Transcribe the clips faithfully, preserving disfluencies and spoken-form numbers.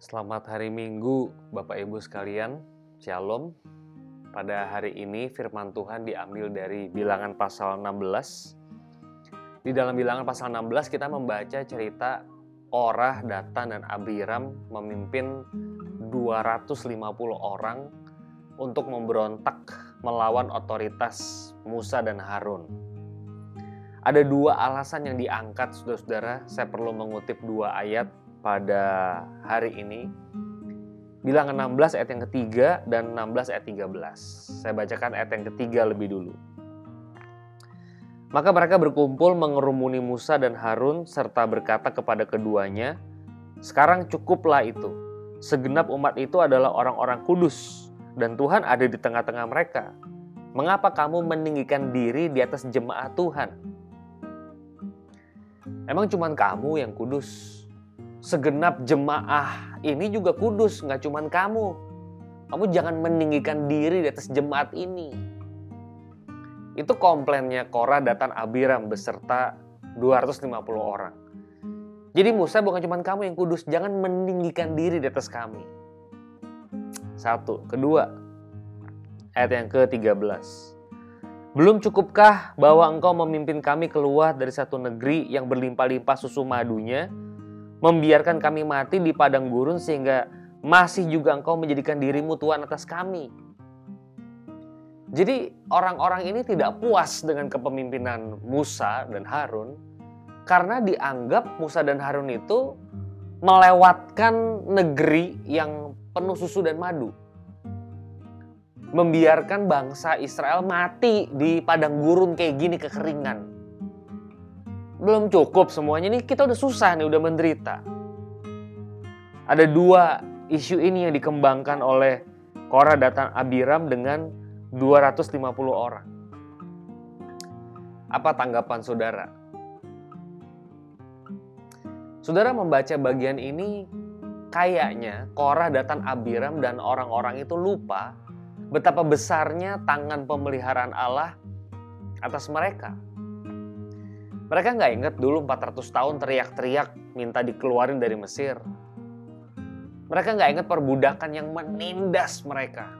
Selamat hari Minggu, Bapak Ibu sekalian. Shalom. Pada hari ini firman Tuhan diambil dari Bilangan pasal enam belas. Di dalam Bilangan pasal enam belas kita membaca cerita Korah, Datan, dan Abiram memimpin dua ratus lima puluh orang untuk memberontak melawan otoritas Musa dan Harun. Ada dua alasan yang diangkat, saudara-saudara. Saya perlu mengutip dua ayat pada hari ini. Bilangan enam belas ayat yang ketiga dan enam belas ayat tiga belas. Saya bacakan ayat yang ketiga lebih dulu. Maka mereka berkumpul mengerumuni Musa dan Harun serta berkata kepada keduanya, "Sekarang cukuplah itu. Segenap umat itu adalah orang-orang kudus dan Tuhan ada di tengah-tengah mereka. Mengapa kamu meninggikan diri di atas jemaat Tuhan? Emang cuman kamu yang kudus? Segenap jemaah ini juga kudus, nggak cuman kamu. Kamu jangan meninggikan diri di atas jemaat ini." Itu komplainnya Korah, Datan, Abiram beserta dua ratus lima puluh orang. Jadi Musa, bukan cuman kamu yang kudus, jangan meninggikan diri di atas kami. Satu. Kedua, ayat yang ke tiga belas. Belum cukupkah bahwa engkau memimpin kami keluar dari satu negeri yang berlimpah-limpah susu madunya, membiarkan kami mati di padang gurun sehingga masih juga engkau menjadikan dirimu Tuhan atas kami. Jadi orang-orang ini tidak puas dengan kepemimpinan Musa dan Harun karena dianggap Musa dan Harun itu melewatkan negeri yang penuh susu dan madu. Membiarkan bangsa Israel mati di padang gurun kayak gini, kekeringan. Belum cukup semuanya nih, kita udah susah nih, udah menderita. Ada dua isu ini yang dikembangkan oleh Korah, Datan, Abiram dengan dua ratus lima puluh orang. Apa tanggapan saudara? Saudara membaca bagian ini, kayaknya Korah, Datan, Abiram dan orang-orang itu lupa betapa besarnya tangan pemeliharaan Allah atas mereka. Mereka nggak ingat dulu empat ratus tahun teriak-teriak minta dikeluarin dari Mesir. Mereka nggak ingat perbudakan yang menindas mereka.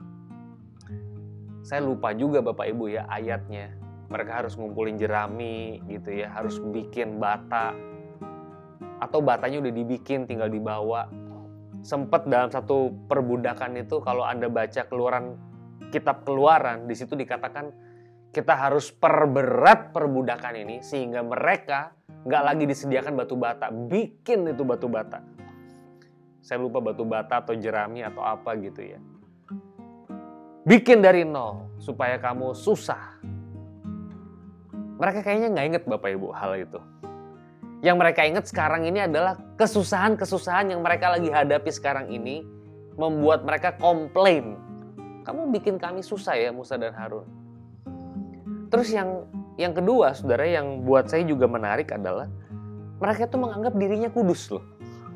Saya lupa juga Bapak Ibu ya ayatnya. Mereka harus ngumpulin jerami gitu ya, harus bikin bata. Atau batanya udah dibikin, tinggal dibawa. Sempat dalam satu perbudakan itu, kalau Anda baca keluaran kitab Keluaran, di situ dikatakan kita harus perberat perbudakan ini sehingga mereka nggak lagi disediakan batu bata, bikin itu batu bata. Saya lupa batu bata atau jerami atau apa gitu ya. Bikin dari nol supaya kamu susah. Mereka kayaknya nggak inget Bapak Ibu hal itu. Yang mereka ingat sekarang ini adalah kesusahan-kesusahan yang mereka lagi hadapi sekarang ini membuat mereka komplain. Kamu bikin kami susah ya Musa dan Harun. Terus yang yang kedua, saudara, yang buat saya juga menarik adalah mereka tuh menganggap dirinya kudus loh.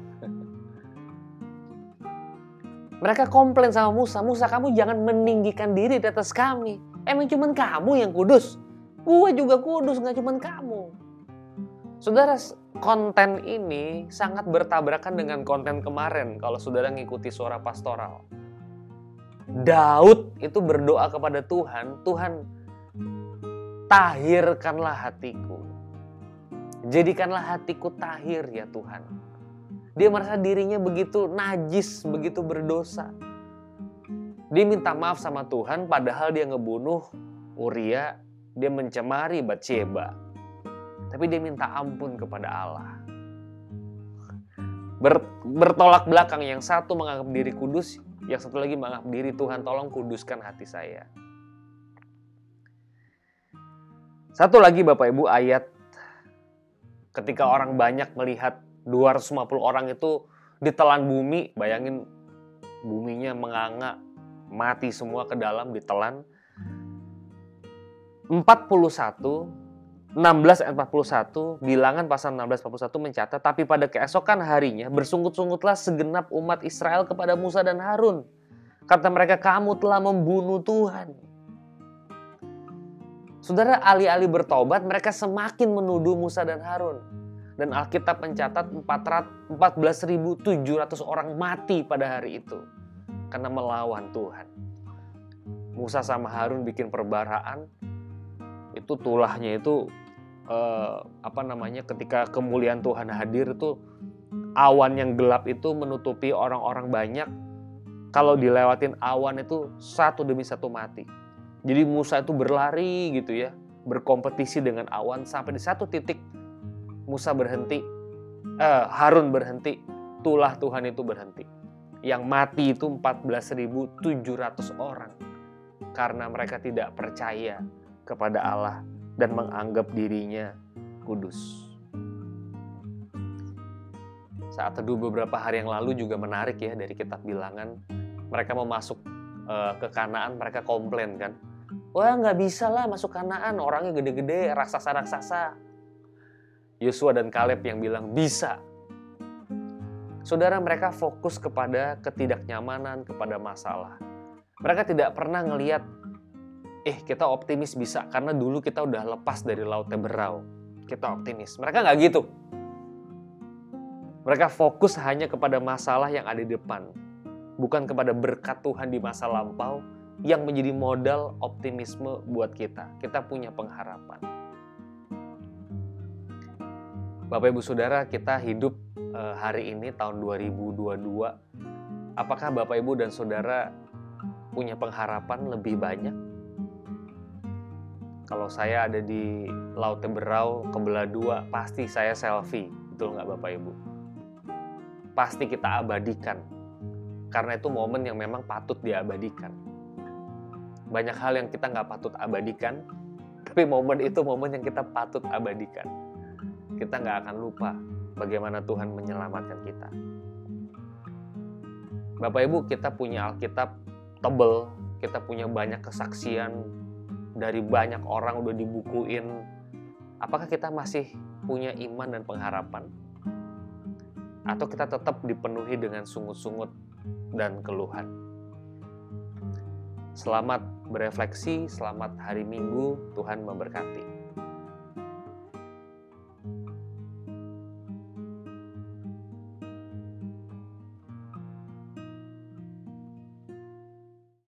Mereka komplain sama Musa, Musa kamu jangan meninggikan diri di atas kami. Emang cuman kamu yang kudus? Gue juga kudus, gak cuman kamu. Saudara, konten ini sangat bertabrakan dengan konten kemarin kalau saudara ngikuti suara pastoral. Daud itu berdoa kepada Tuhan, Tuhan tahirkanlah hatiku. Jadikanlah hatiku tahir ya Tuhan. Dia merasa dirinya begitu najis, begitu berdosa. Dia minta maaf sama Tuhan padahal dia ngebunuh Uria, dia mencemari Batsheba. Tapi dia minta ampun kepada Allah. Ber, bertolak belakang, yang satu menganggap diri kudus, yang satu lagi menganggap diri Tuhan tolong kuduskan hati saya. Satu lagi Bapak Ibu ayat ketika orang banyak melihat dua ratus lima puluh orang itu ditelan bumi, bayangin buminya menganga, mati semua ke dalam, ditelan. empat puluh satu, enam belas ayat empat puluh satu, Bilangan pasal enam belas empat puluh satu mencatat, tapi pada keesokan harinya bersungut-sungutlah segenap umat Israel kepada Musa dan Harun. Kata mereka, kamu telah membunuh Tuhan. Saudara, alih-alih bertobat, mereka semakin menuduh Musa dan Harun. Dan Alkitab mencatat empat belas ribu tujuh ratus orang mati pada hari itu karena melawan Tuhan. Musa sama Harun bikin perbaraan, itu tulahnya itu eh, apa namanya ketika kemuliaan Tuhan hadir itu awan yang gelap itu menutupi orang-orang banyak. Kalau dilewatin awan itu satu demi satu mati. Jadi Musa itu berlari gitu ya, berkompetisi dengan awan sampai di satu titik Musa berhenti, eh, Harun berhenti, tulah Tuhan itu berhenti. Yang mati itu empat belas ribu tujuh ratus orang karena mereka tidak percaya kepada Allah dan menganggap dirinya kudus. Saat teduh beberapa hari yang lalu juga menarik ya dari kitab Bilangan. Mereka mau masuk uh, ke Kanaan, mereka komplain kan. Wah nggak bisa lah masuk Kanaan, orangnya gede-gede, raksasa-raksasa. Yosua dan Kaleb yang bilang bisa. Saudara, mereka fokus kepada ketidaknyamanan, kepada masalah. Mereka tidak pernah ngelihat, eh kita optimis bisa karena dulu kita udah lepas dari Laut Teberau. Kita optimis. Mereka nggak gitu. Mereka fokus hanya kepada masalah yang ada di depan. Bukan kepada berkat Tuhan di masa lampau yang menjadi modal optimisme buat kita. Kita punya pengharapan. Bapak Ibu Saudara, kita hidup eh, hari ini tahun dua ribu dua puluh dua. Apakah Bapak Ibu dan Saudara punya pengharapan lebih banyak? Kalau saya ada di Laut Teberau kebelah dua, pasti saya selfie. Betul nggak Bapak Ibu? Pasti kita abadikan. Karena itu momen yang memang patut diabadikan. Banyak hal yang kita nggak patut abadikan, tapi momen itu momen yang kita patut abadikan. Kita nggak akan lupa bagaimana Tuhan menyelamatkan kita. Bapak Ibu, kita punya Alkitab tebel, kita punya banyak kesaksian dari banyak orang udah dibukuin. Apakah kita masih punya iman dan pengharapan? Atau kita tetap dipenuhi dengan sungut-sungut dan keluhan? Selamat berefleksi, selamat hari Minggu, Tuhan memberkati.